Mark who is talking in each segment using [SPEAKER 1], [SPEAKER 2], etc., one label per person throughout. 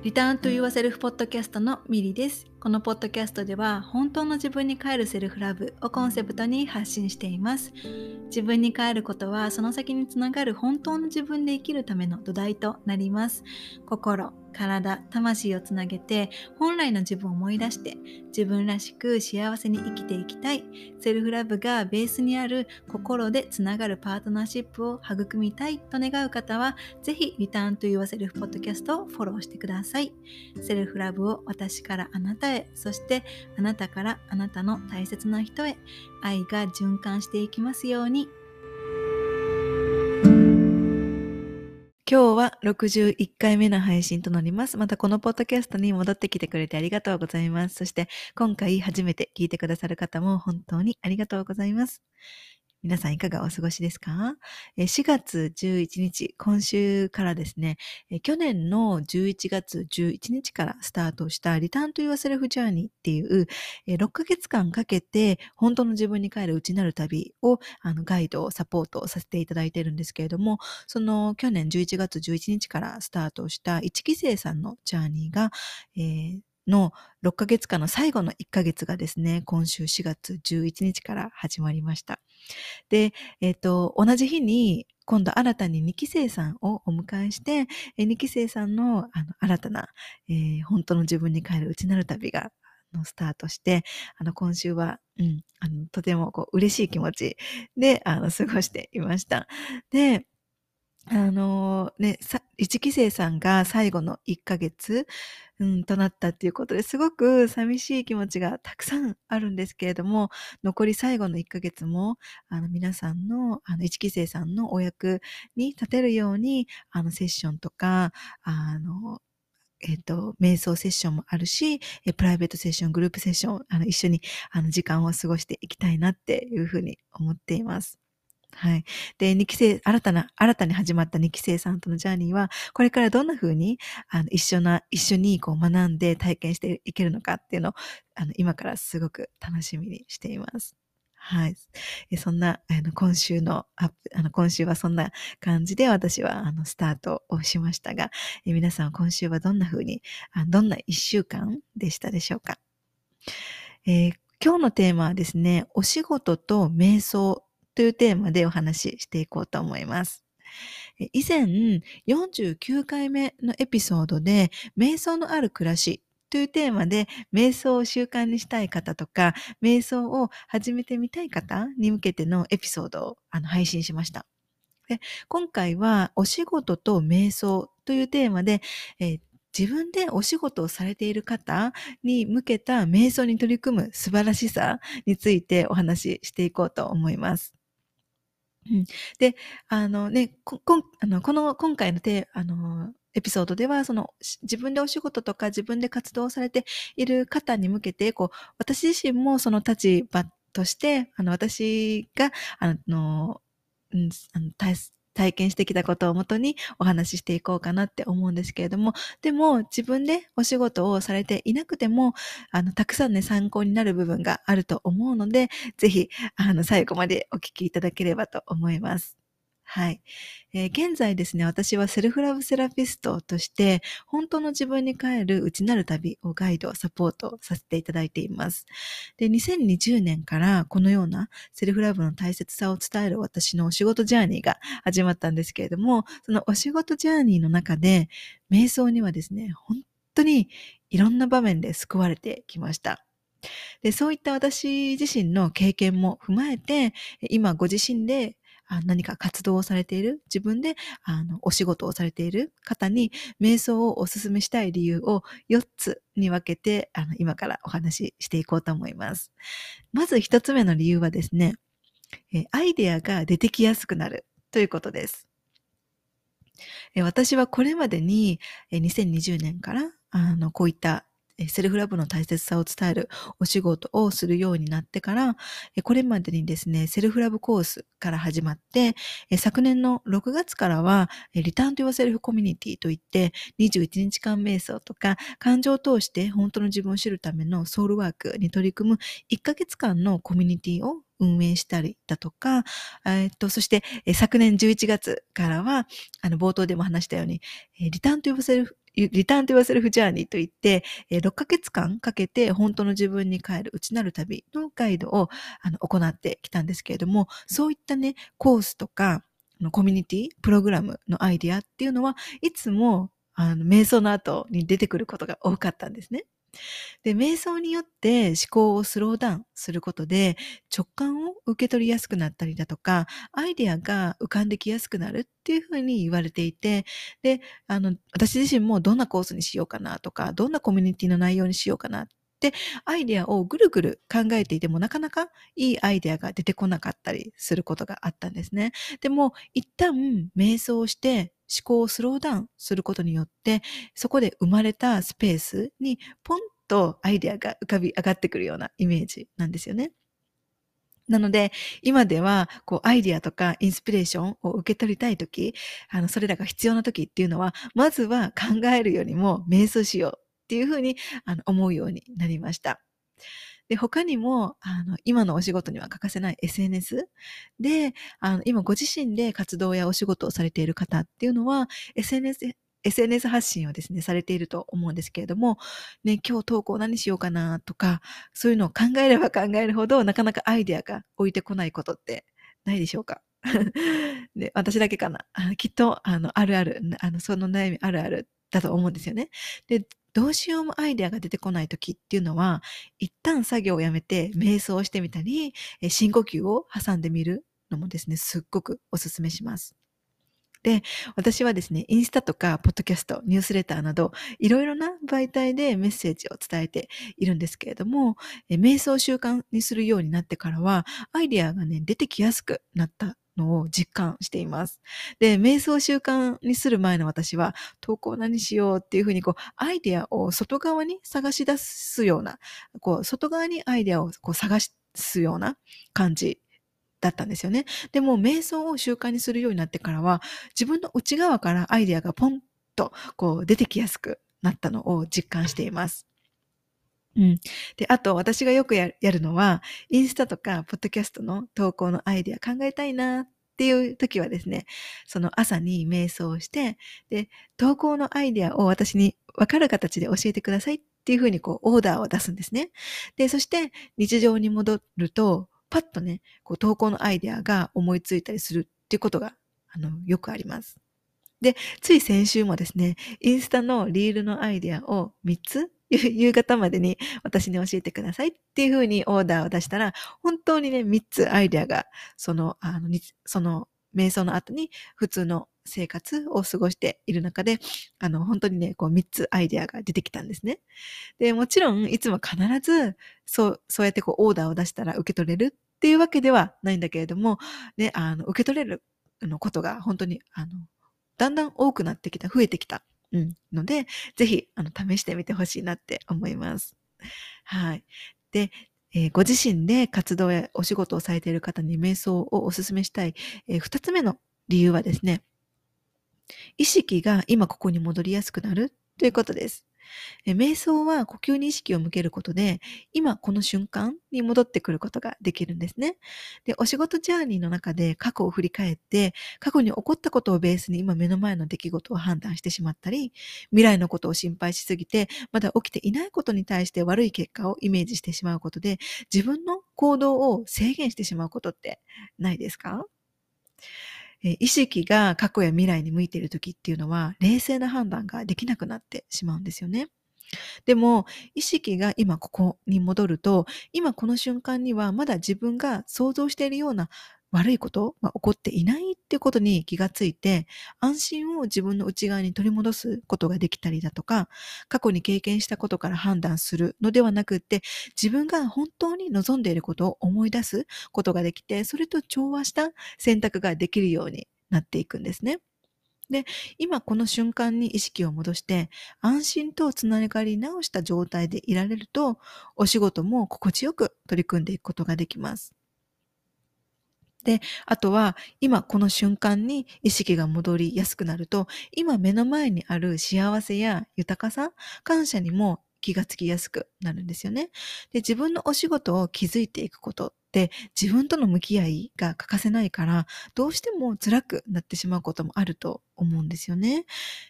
[SPEAKER 1] リターントゥユアセルフポッドキャストのミリです。このポッドキャストでは本当の自分に帰るセルフラブをコンセプトに発信しています。自分に帰ることはその先につながる本当の自分で生きるための土台となります。心、体、魂をつなげて本来の自分を思い出して自分らしく幸せに生きていきたい。セルフラブがベースにある心でつながるパートナーシップを育みたいと願う方はぜひリターントゥユアセルフポッドキャストをフォローしてください。セルフラブを私からあなたへ、そしてあなたからあなたの大切な人へ、愛が循環していきますように。今日は61回目の配信となります。またこのポッドキャストに戻ってきてくれてありがとうございます。そして今回初めて聞いてくださる方も本当にありがとうございます。皆さんいかがお過ごしですか？4月11日、今週からですね、去年の11月11日からスタートしたリターントゥユアセルフジャーニーっていう6ヶ月間かけて本当の自分に帰る内なる旅をガイド、サポートさせていただいているんですけれども、その去年11月11日からスタートした一期生さんのジャーニーが、の6ヶ月間の最後の1ヶ月がですね、今週4月11日から始まりました。で、同じ日に今度新たに2期生さんをお迎えして、2期生さんの新たな、本当の自分に帰る内なる旅がスタートして、今週は、とても嬉しい気持ちで、過ごしていました。で、一期生さんが最後の1ヶ月、となったっていうことですごく寂しい気持ちがたくさんあるんですけれども、残り最後の1ヶ月も、皆さんの、一期生さんのお役に立てるように、セッションとか、瞑想セッションもあるし、プライベートセッション、グループセッション、一緒に、時間を過ごしていきたいなっていうふうに思っています。はい。で、2期生、新たに始まった2期生さんとのジャーニーは、これからどんな風に、一緒に学んで体験していけるのかっていうのを、今からすごく楽しみにしています。はい。そんな、今週はそんな感じで私は、スタートをしましたが、皆さん今週はどんな風に、どんな1週間でしたでしょうか？今日のテーマはですね、お仕事と瞑想というテーマでお話ししていこうと思います。以前49回目のエピソードで瞑想のある暮らしというテーマで瞑想を習慣にしたい方とか瞑想を始めてみたい方に向けてのエピソードを配信しました。で、今回はお仕事と瞑想というテーマで、自分でお仕事をされている方に向けた瞑想に取り組む素晴らしさについてお話ししていこうと思います。で、今回のエピソードでは、自分でお仕事とか自分で活動されている方に向けて、私自身もその立場として、私が、うん、体験してきたことをもとにお話ししていこうかなって思うんですけれども、でも自分でお仕事をされていなくても、たくさんね、参考になる部分があると思うので、ぜひ、最後までお聞きいただければと思います。はい。現在ですね、私はセルフラブセラピストとして、本当の自分に帰る内なる旅をガイド、サポートさせていただいています。で、2020年からこのようなセルフラブの大切さを伝える私のお仕事ジャーニーが始まったんですけれども、そのお仕事ジャーニーの中で、瞑想にはですね、本当にいろんな場面で救われてきました。で、そういった私自身の経験も踏まえて、今ご自身で何か活動をされている、自分でお仕事をされている方に瞑想をお勧めしたい理由を4つに分けて今からお話ししていこうと思います。まず1つ目の理由はですね、アイデアが出てきやすくなるということです。私はこれまでに2020年からこういったセルフラブの大切さを伝えるお仕事をするようになってから、これまでにですね、セルフラブコースから始まって、昨年の6月からは、リターントゥヨーセルフコミュニティといって、21日間瞑想とか、感情を通して本当の自分を知るためのソウルワークに取り組む1ヶ月間のコミュニティを運営したりだとか、そして、昨年11月からは、冒頭でも話したように、リターントゥリターンと言わせるフジャーニーといって、6ヶ月間かけて本当の自分に帰る内なる旅のガイドを行ってきたんですけれども、そういったね、コースとか、コミュニティ、プログラムのアイディアっていうのは、いつも、瞑想の後に出てくることが多かったんですね。で、瞑想によって思考をスローダウンすることで直感を受け取りやすくなったりだとか、アイデアが浮かんできやすくなるっていうふうに言われていて、で、私自身もどんなコースにしようかなとか、どんなコミュニティの内容にしようかなってアイデアをぐるぐる考えていてもなかなかいいアイデアが出てこなかったりすることがあったんですね。でも一旦瞑想して思考をスローダウンすることによって、そこで生まれたスペースにポンとアイデアが浮かび上がってくるようなイメージなんですよね。なので、今では、アイディアとかインスピレーションを受け取りたいとき、それらが必要なときっていうのは、まずは考えるよりも瞑想しようっていうふうに、思うようになりました。で、他にも、今のお仕事には欠かせない SNS で、今ご自身で活動やお仕事をされている方っていうのは、SNS 発信をですね、されていると思うんですけれども、ね、今日投稿何しようかなとか、そういうのを考えれば考えるほど、なかなかアイデアが降りてこないことってないでしょうか？で、私だけかな。きっと、あるある、その悩みあるあるだと思うんですよね。で、どうしようもアイデアが出てこない時っていうのは、一旦作業をやめて瞑想してみたり、深呼吸を挟んでみるのもですね、すっごくお勧めします。で、私はですね、インスタとか、ポッドキャスト、ニュースレターなど、いろいろな媒体でメッセージを伝えているんですけれども、瞑想を習慣にするようになってからは、アイデアがね、出てきやすくなったのを実感しています。で、瞑想を習慣にする前の私は、投稿何しようっていうふうに、アイデアを外側に探し出すような、外側にアイデアを探すような感じだったんですよね。でも瞑想を習慣にするようになってからは、自分の内側からアイデアがポンと出てきやすくなったのを実感しています。うん。で、あと私がよくやるのは、インスタとかポッドキャストの投稿のアイデア考えたいなっていう時はですね、その朝に瞑想をして、で、投稿のアイデアを私に分かる形で教えてくださいっていうふうにオーダーを出すんですね。で、そして日常に戻ると、パッとね、投稿のアイデアが思いついたりするっていうことが、よくあります。で、つい先週もですね、インスタのリールのアイデアを3つ夕方までに私に教えてくださいっていう風にオーダーを出したら、本当にね、3つアイデアが、その瞑想の後に普通の生活を過ごしている中で、本当にね、3つアイデアが出てきたんですね。で、もちろんいつも必ず、そうやってオーダーを出したら受け取れるっていうわけではないんだけれども、ね、受け取れることが本当に、だんだん多くなってきた、増えてきた、ので、ぜひ、試してみてほしいなって思います。はい。で、ご自身で活動やお仕事をされている方に瞑想をお勧めしたい、二つ目の理由はですね、意識が今ここに戻りやすくなるということです。瞑想は呼吸に意識を向けることで、今この瞬間に戻ってくることができるんですね。で、お仕事ジャーニーの中で過去を振り返って、過去に起こったことをベースに今目の前の出来事を判断してしまったり、未来のことを心配しすぎて、まだ起きていないことに対して悪い結果をイメージしてしまうことで、自分の行動を制限してしまうことってないですか？意識が過去や未来に向いている時っていうのは、冷静な判断ができなくなってしまうんですよね。でも、意識が今ここに戻ると、今この瞬間にはまだ自分が想像しているような悪いことが起こっていないってことに気がついて、安心を自分の内側に取り戻すことができたりだとか、過去に経験したことから判断するのではなくって、自分が本当に望んでいることを思い出すことができて、それと調和した選択ができるようになっていくんですね。で、今この瞬間に意識を戻して、安心とつながり直した状態でいられると、お仕事も心地よく取り組んでいくことができます。で、あとは、今この瞬間に意識が戻りやすくなると、今目の前にある幸せや豊かさ、感謝にも気がつきやすくなるんですよね。で、自分のお仕事を築いていくことって、自分との向き合いが欠かせないから、どうしても辛くなってしまうこともあると思うんですよね。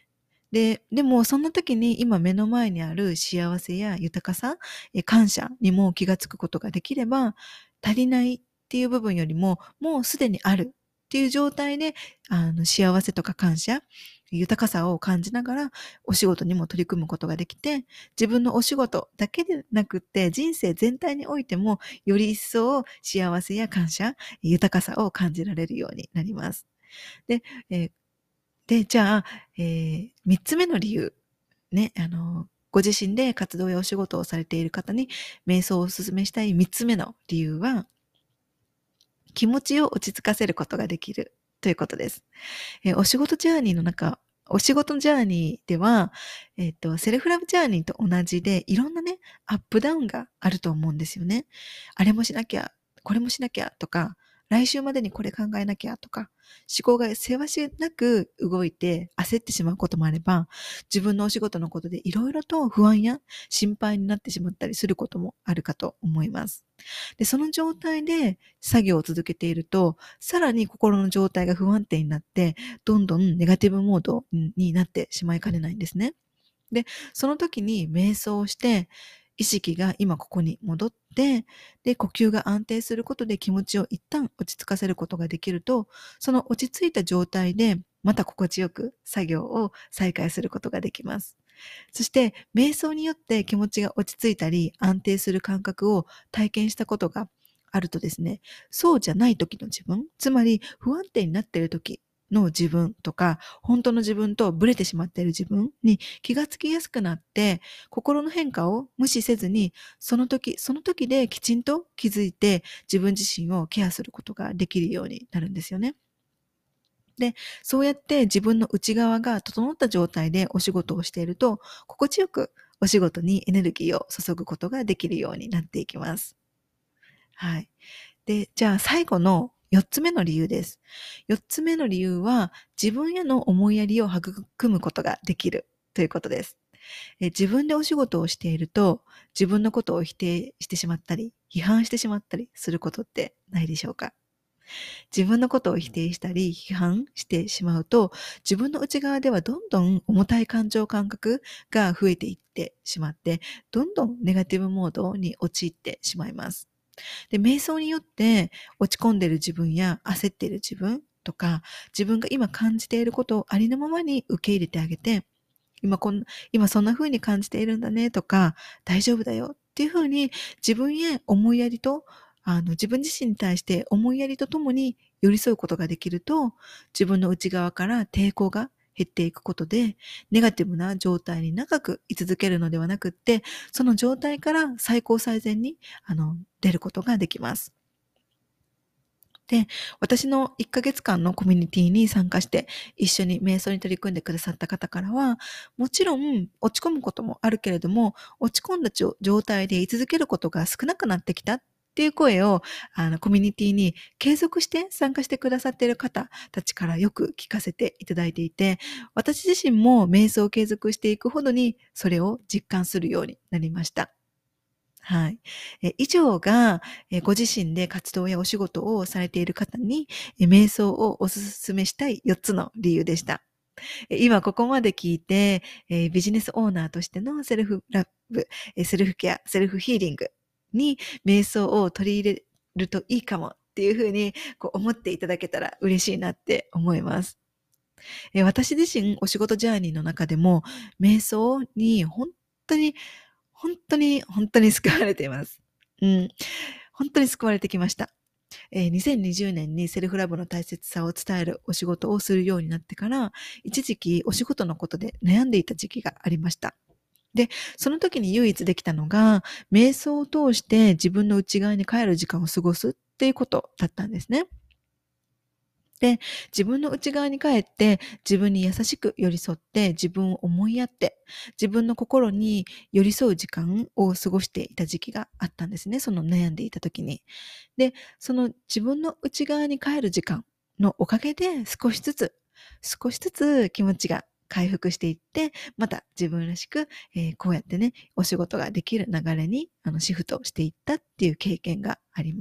[SPEAKER 1] でもそんな時に今目の前にある幸せや豊かさ、感謝にも気がつくことができれば、足りないっていう部分よりも、もうすでにあるっていう状態で、幸せとか感謝、豊かさを感じながらお仕事にも取り組むことができて、自分のお仕事だけでなくって人生全体においてもより一層幸せや感謝、豊かさを感じられるようになります。で、えーじゃあ、3つ目の理由。ね、ご自身で活動やお仕事をされている方に瞑想をお勧めしたい3つ目の理由は、気持ちを落ち着かせることができるということです。お仕事ジャーニーの中、お仕事ジャーニーでは、セルフラブジャーニーと同じで、いろんなね、アップダウンがあると思うんですよね。あれもしなきゃ、これもしなきゃとか、来週までにこれ考えなきゃとか、思考がせわしなく動いて焦ってしまうこともあれば、自分のお仕事のことでいろいろと不安や心配になってしまったりすることもあるかと思います。で、その状態で作業を続けていると、さらに心の状態が不安定になって、どんどんネガティブモードになってしまいかねないんですね。で、その時に瞑想をして、意識が今ここに戻って、で、呼吸が安定することで気持ちを一旦落ち着かせることができると、その落ち着いた状態で、また心地よく作業を再開することができます。そして、瞑想によって気持ちが落ち着いたり、安定する感覚を体験したことがあるとですね、そうじゃない時の自分、つまり不安定になっている時の自分とか、本当の自分とブレてしまっている自分に気がつきやすくなって、心の変化を無視せずに、その時、その時できちんと気づいて自分自身をケアすることができるようになるんですよね。で、そうやって自分の内側が整った状態でお仕事をしていると、心地よくお仕事にエネルギーを注ぐことができるようになっていきます。はい。で、じゃあ最後の4つ目の理由です。4つ目の理由は、自分への思いやりを育むことができるということです。自分でお仕事をしていると、自分のことを否定してしまったり、批判してしまったりすることってないでしょうか？自分のことを否定したり批判してしまうと、自分の内側ではどんどん重たい感情感覚が増えていってしまって、どんどんネガティブモードに陥ってしまいます。で、瞑想によって落ち込んでいる自分や焦っている自分とか、自分が今感じていることをありのままに受け入れてあげて、今そんな風に感じているんだねとか、大丈夫だよっていう風に自分へ思いやりと、自分自身に対して思いやりとともに寄り添うことができると、自分の内側から抵抗が減っていくことで、ネガティブな状態に長く居続けるのではなくって、その状態から最高最善に、出ることができます。で、私の1ヶ月間のコミュニティに参加して、一緒に瞑想に取り組んでくださった方からは、もちろん落ち込むこともあるけれども、落ち込んだ状態で居続けることが少なくなってきたっていう声を、コミュニティに継続して参加してくださっている方たちからよく聞かせていただいていて、私自身も瞑想を継続していくほどに、それを実感するようになりました。はい。以上が、ご自身で活動やお仕事をされている方に、瞑想をお勧めしたい4つの理由でした。今ここまで聞いて、ビジネスオーナーとしてのセルフラブ、セルフケア、セルフヒーリングに瞑想を取り入れるといいかもっていうふうに思っていただけたら嬉しいなって思います。私自身お仕事ジャーニーの中でも瞑想に当に本当に救われています。うん。本当に救われてきました。2020年にセルフラブの大切さを伝えるお仕事をするようになってから、一時期お仕事のことで悩んでいた時期がありました。で、その時に唯一できたのが、瞑想を通して自分の内側に帰る時間を過ごすっていうことだったんですね。で、自分の内側に帰って、自分に優しく寄り添って、自分を思いやって、自分の心に寄り添う時間を過ごしていた時期があったんですね。その悩んでいた時に。で、その自分の内側に帰る時間のおかげで、少しずつ気持ちが回復していって、また自分らしく、こうやってね、お仕事ができる流れにシフトしていったっていう経験があります。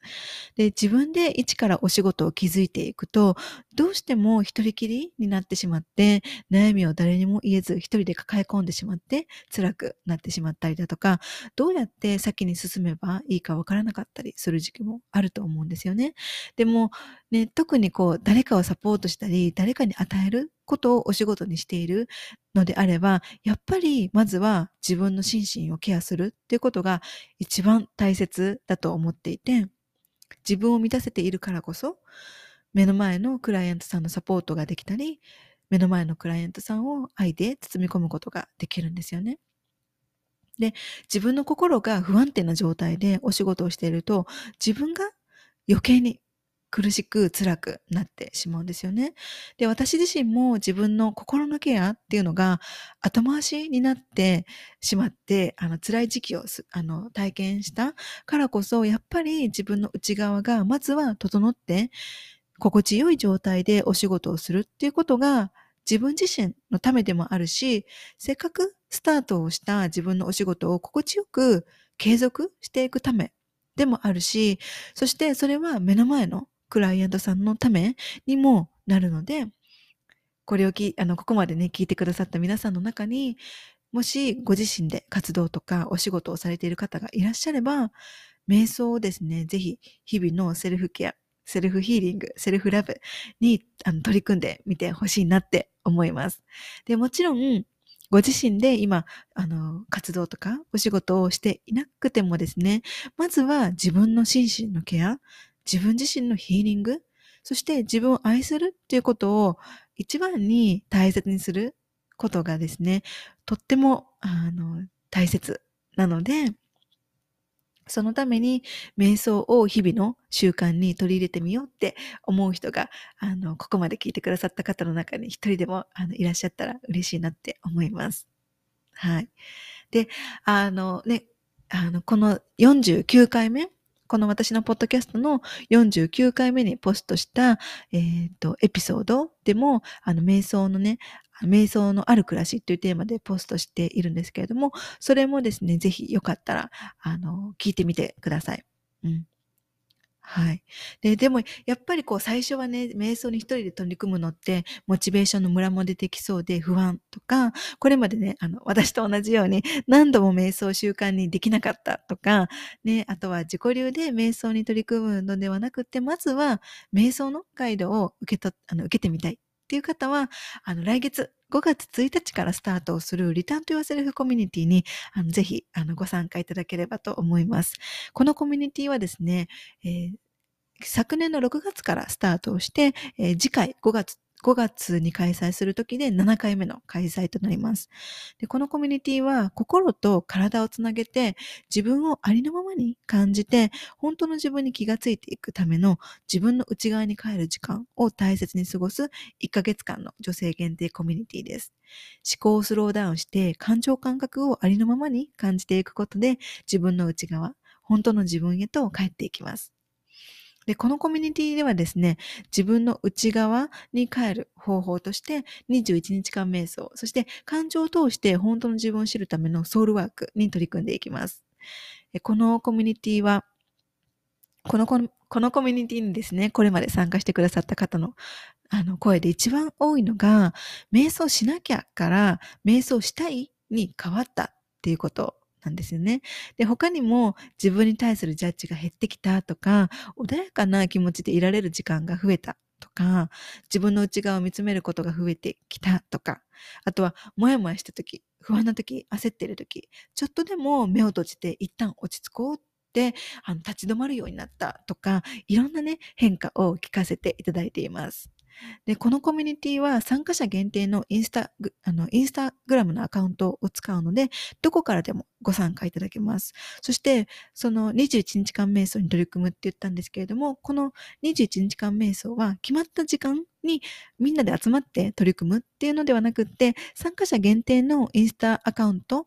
[SPEAKER 1] で、自分で一からお仕事を築いていくと、どうしても一人きりになってしまって、悩みを誰にも言えず一人で抱え込んでしまって辛くなってしまったりだとか、どうやって先に進めばいいかわからなかったりする時期もあると思うんですよね。でも、ね、特に誰かをサポートしたり、誰かに与えることをお仕事にしているのであれば、やっぱりまずは自分の心身をケアするっていうことが一番大切だと思っていて、自分を満たせているからこそ、目の前のクライアントさんのサポートができたり、目の前のクライアントさんを愛で包み込むことができるんですよね。で、自分の心が不安定な状態でお仕事をしていると、自分が余計に苦しく辛くなってしまうんですよね。で、私自身も自分の心のケアっていうのが後回しになってしまって、辛い時期を体験したからこそ、やっぱり自分の内側がまずは整って、心地よい状態でお仕事をするっていうことが自分自身のためでもあるし、せっかくスタートをした自分のお仕事を心地よく継続していくためでもあるし、そしてそれは目の前のクライアントさんのためにもなるので、これをここまでね、聞いてくださった皆さんの中に、もしご自身で活動とかお仕事をされている方がいらっしゃれば、瞑想をですね、ぜひ日々のセルフケア、セルフヒーリング、セルフラブに取り組んでみてほしいなって思います。で、もちろん、ご自身で今、活動とかお仕事をしていなくてもですね、まずは自分の心身のケア、自分自身のヒーリング、そして自分を愛するっていうことを一番に大切にすることがですね、とっても、大切なので、そのために瞑想を日々の習慣に取り入れてみようって思う人が、ここまで聞いてくださった方の中に一人でもいらっしゃったら嬉しいなって思います。はい。で、この49回目、この私のポッドキャストの49回目にポストした、エピソードでも、瞑想のある暮らしというテーマでポストしているんですけれども、それもですね、ぜひよかったら、聞いてみてください。うん。はい。でも、やっぱり最初はね、瞑想に一人で取り組むのって、モチベーションのムラも出てきそうで不安とか、これまでね、私と同じように何度も瞑想習慣にできなかったとか、ね、あとは自己流で瞑想に取り組むのではなくて、まずは瞑想のガイドを受けてみたいっていう方は、来月5月1日からスタートをするリターントゥアセルフコミュニティに、ぜひ、ご参加いただければと思います。このコミュニティはですね、昨年の6月からスタートをして、次回5月に開催するときで7回目の開催となります。で、このコミュニティは心と体をつなげて自分をありのままに感じて本当の自分に気がついていくための自分の内側に帰る時間を大切に過ごす1ヶ月間の女性限定コミュニティです。思考をスローダウンして感情感覚をありのままに感じていくことで自分の内側、本当の自分へと帰っていきます。で、このコミュニティではですね、自分の内側に帰る方法として、21日間瞑想、そして感情を通して本当の自分を知るためのソウルワークに取り組んでいきます。このコミュニティは、このコミュニティにですね、これまで参加してくださった方の声で一番多いのが、瞑想しなきゃから瞑想したいに変わったっていうことなんですよね。で、他にも自分に対するジャッジが減ってきたとか、穏やかな気持ちでいられる時間が増えたとか、自分の内側を見つめることが増えてきたとか、あとはもやもやした時、不安な時、焦っている時、ちょっとでも目を閉じて一旦落ち着こうって立ち止まるようになったとか、いろんなね、変化を聞かせていただいています。で、このコミュニティは参加者限定のインスタグラムのアカウントを使うので、どこからでもご参加いただけます。そして、その21日間瞑想に取り組むって言ったんですけれども、この21日間瞑想は決まった時間にみんなで集まって取り組むっていうのではなくって、参加者限定のインスタアカウント、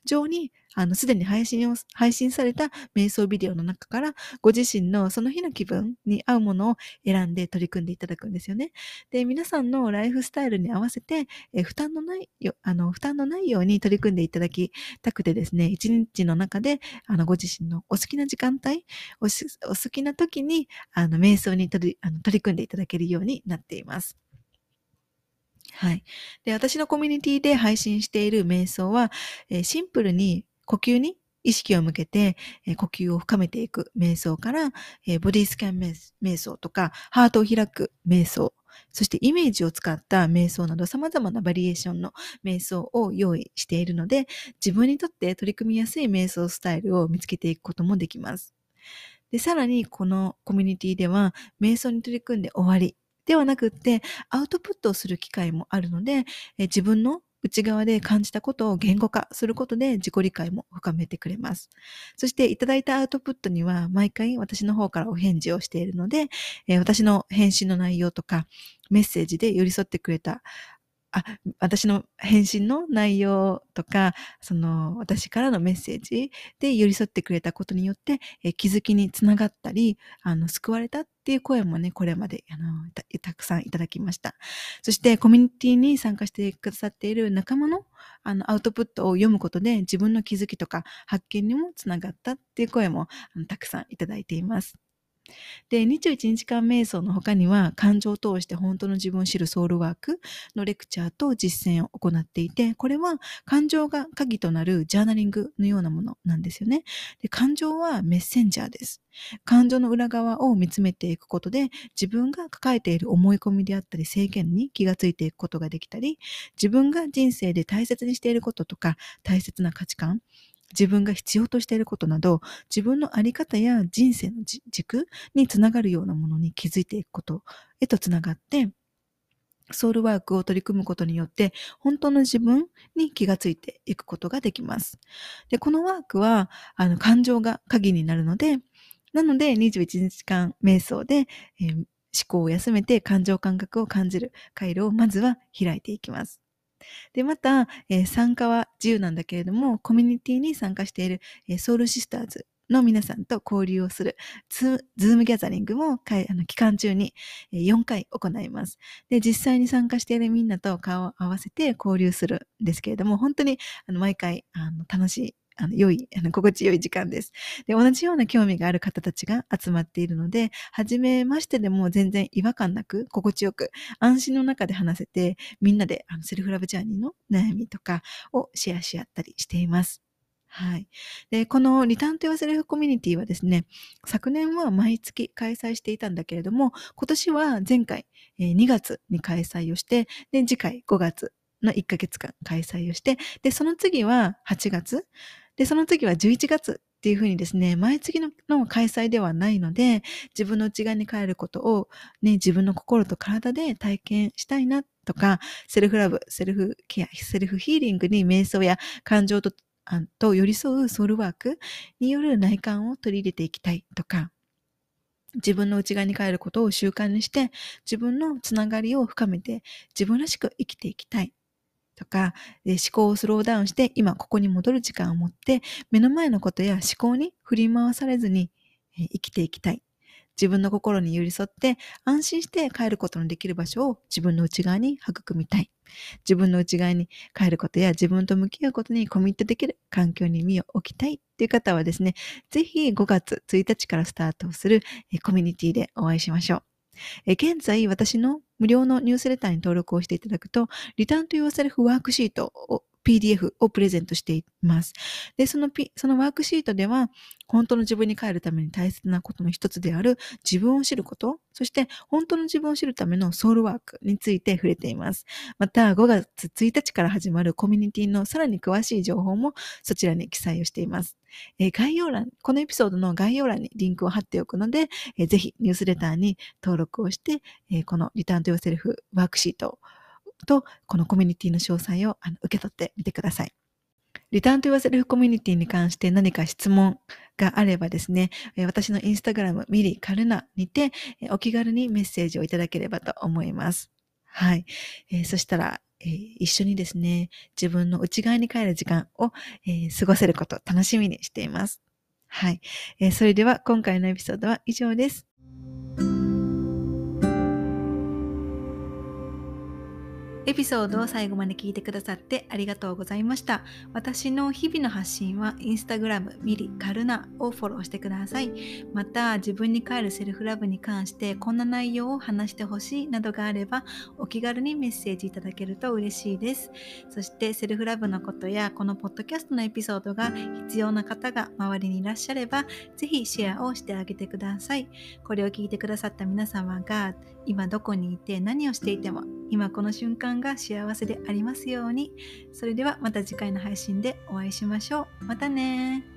[SPEAKER 1] 上に、すでに配信された瞑想ビデオの中から、ご自身のその日の気分に合うものを選んで取り組んでいただくんですよね。で、皆さんのライフスタイルに合わせて、負担のないように取り組んでいただきたくてですね、一日の中で、ご自身のお好きな時間帯、お好きな時に、瞑想に取り組んでいただけるようになっています。はい。で、私のコミュニティで配信している瞑想は、シンプルに呼吸に意識を向けて、呼吸を深めていく瞑想から、ボディスキャン瞑想とか、ハートを開く瞑想、そしてイメージを使った瞑想など様々なバリエーションの瞑想を用意しているので、自分にとって取り組みやすい瞑想スタイルを見つけていくこともできます。で、さらにこのコミュニティでは、瞑想に取り組んで終わりではなくって、アウトプットをする機会もあるので、自分の内側で感じたことを言語化することで自己理解も深めてくれます。そしていただいたアウトプットには毎回私の方からお返事をしているので、私の返信の内容とかメッセージで寄り添ってくれたあ、私の返信の内容とか、私からのメッセージで寄り添ってくれたことによって、気づきにつながったり、救われたっていう声もね、これまで、たくさんいただきました。そして、コミュニティに参加してくださっている仲間の、アウトプットを読むことで、自分の気づきとか発見にもつながったっていう声も、たくさんいただいています。で、21日間瞑想の他には、感情を通して本当の自分を知るソウルワークのレクチャーと実践を行っていて、これは感情が鍵となるジャーナリングのようなものなんですよね。で、感情はメッセンジャーです。感情の裏側を見つめていくことで、自分が抱えている思い込みであったり制限に気がついていくことができたり、自分が人生で大切にしていることとか、大切な価値観、自分が必要としていることなど、自分のあり方や人生の軸につながるようなものに気づいていくことへとつながって、ソウルワークを取り組むことによって、本当の自分に気がついていくことができます。で、このワークは、感情が鍵になるので、なので、21日間瞑想で、思考を休めて感情感覚を感じる回路をまずは開いていきます。で、また、参加は自由なんだけれども、コミュニティに参加している、ソウルシスターズの皆さんと交流をする、ズームギャザリングも期間中に4回行います。で、実際に参加しているみんなと顔を合わせて交流するんですけれども、本当に毎回楽しい、心地よい時間です。で、同じような興味がある方たちが集まっているので、初めましてでも全然違和感なく、心地よく、安心の中で話せて、みんなでセルフラブジャーニーの悩みとかをシェアし合ったりしています。はい。で、このリターンとヨーセルフコミュニティはですね、昨年は毎月開催していたんだけれども、今年は前回、2月に開催をして、で、次回5月の1ヶ月間開催をして、で、その次は8月、で、その次は11月っていうふうにですね、毎月の開催ではないので、自分の内側に帰ることをね、自分の心と体で体験したいなとか、セルフラブ、セルフケア、セルフヒーリングに瞑想や感情と寄り添うソウルワークによる内観を取り入れていきたいとか、自分の内側に帰ることを習慣にして、自分のつながりを深めて、自分らしく生きていきたいとか、思考をスローダウンして、今ここに戻る時間を持って、目の前のことや思考に振り回されずに生きていきたい。自分の心に寄り添って安心して帰ることのできる場所を自分の内側に育みたい。自分の内側に帰ることや自分と向き合うことにコミットできる環境に身を置きたいっていう方はですね、ぜひ5月1日からスタートをするコミュニティでお会いしましょう。現在、私の無料のニュースレターに登録をしていただくと、リターンと Yourself ワークシートをPDF をプレゼントしています。で、そのワークシートでは、本当の自分に帰るために大切なことの一つである自分を知ること、そして本当の自分を知るためのソウルワークについて触れています。また、5月1日から始まるコミュニティのさらに詳しい情報もそちらに記載をしています。このエピソードの概要欄にリンクを貼っておくので、ぜひニュースレターに登録をして、このリターントヨーセルフワークシートと、このコミュニティの詳細を受け取ってみてください。リターントヨーセルフコミュニティに関して何か質問があればですね、私のインスタグラム、ミリカルナにて、お気軽にメッセージをいただければと思います。はい。そしたら、 一緒にですね、自分の内側に帰る時間を、過ごせることを楽しみにしています。はい。それでは今回のエピソードは以上です。エピソードを最後まで聞いてくださってありがとうございました。私の日々の発信はインスタグラムミリカルナをフォローしてください。また自分に帰るセルフラブに関してこんな内容を話してほしいなどがあればお気軽にメッセージいただけると嬉しいです。そしてセルフラブのことやこのポッドキャストのエピソードが必要な方が周りにいらっしゃればぜひシェアをしてあげてください。これを聞いてくださった皆様が今どこにいて何をしていても今この瞬間が幸せでありますように。それではまた次回の配信でお会いしましょう。またね。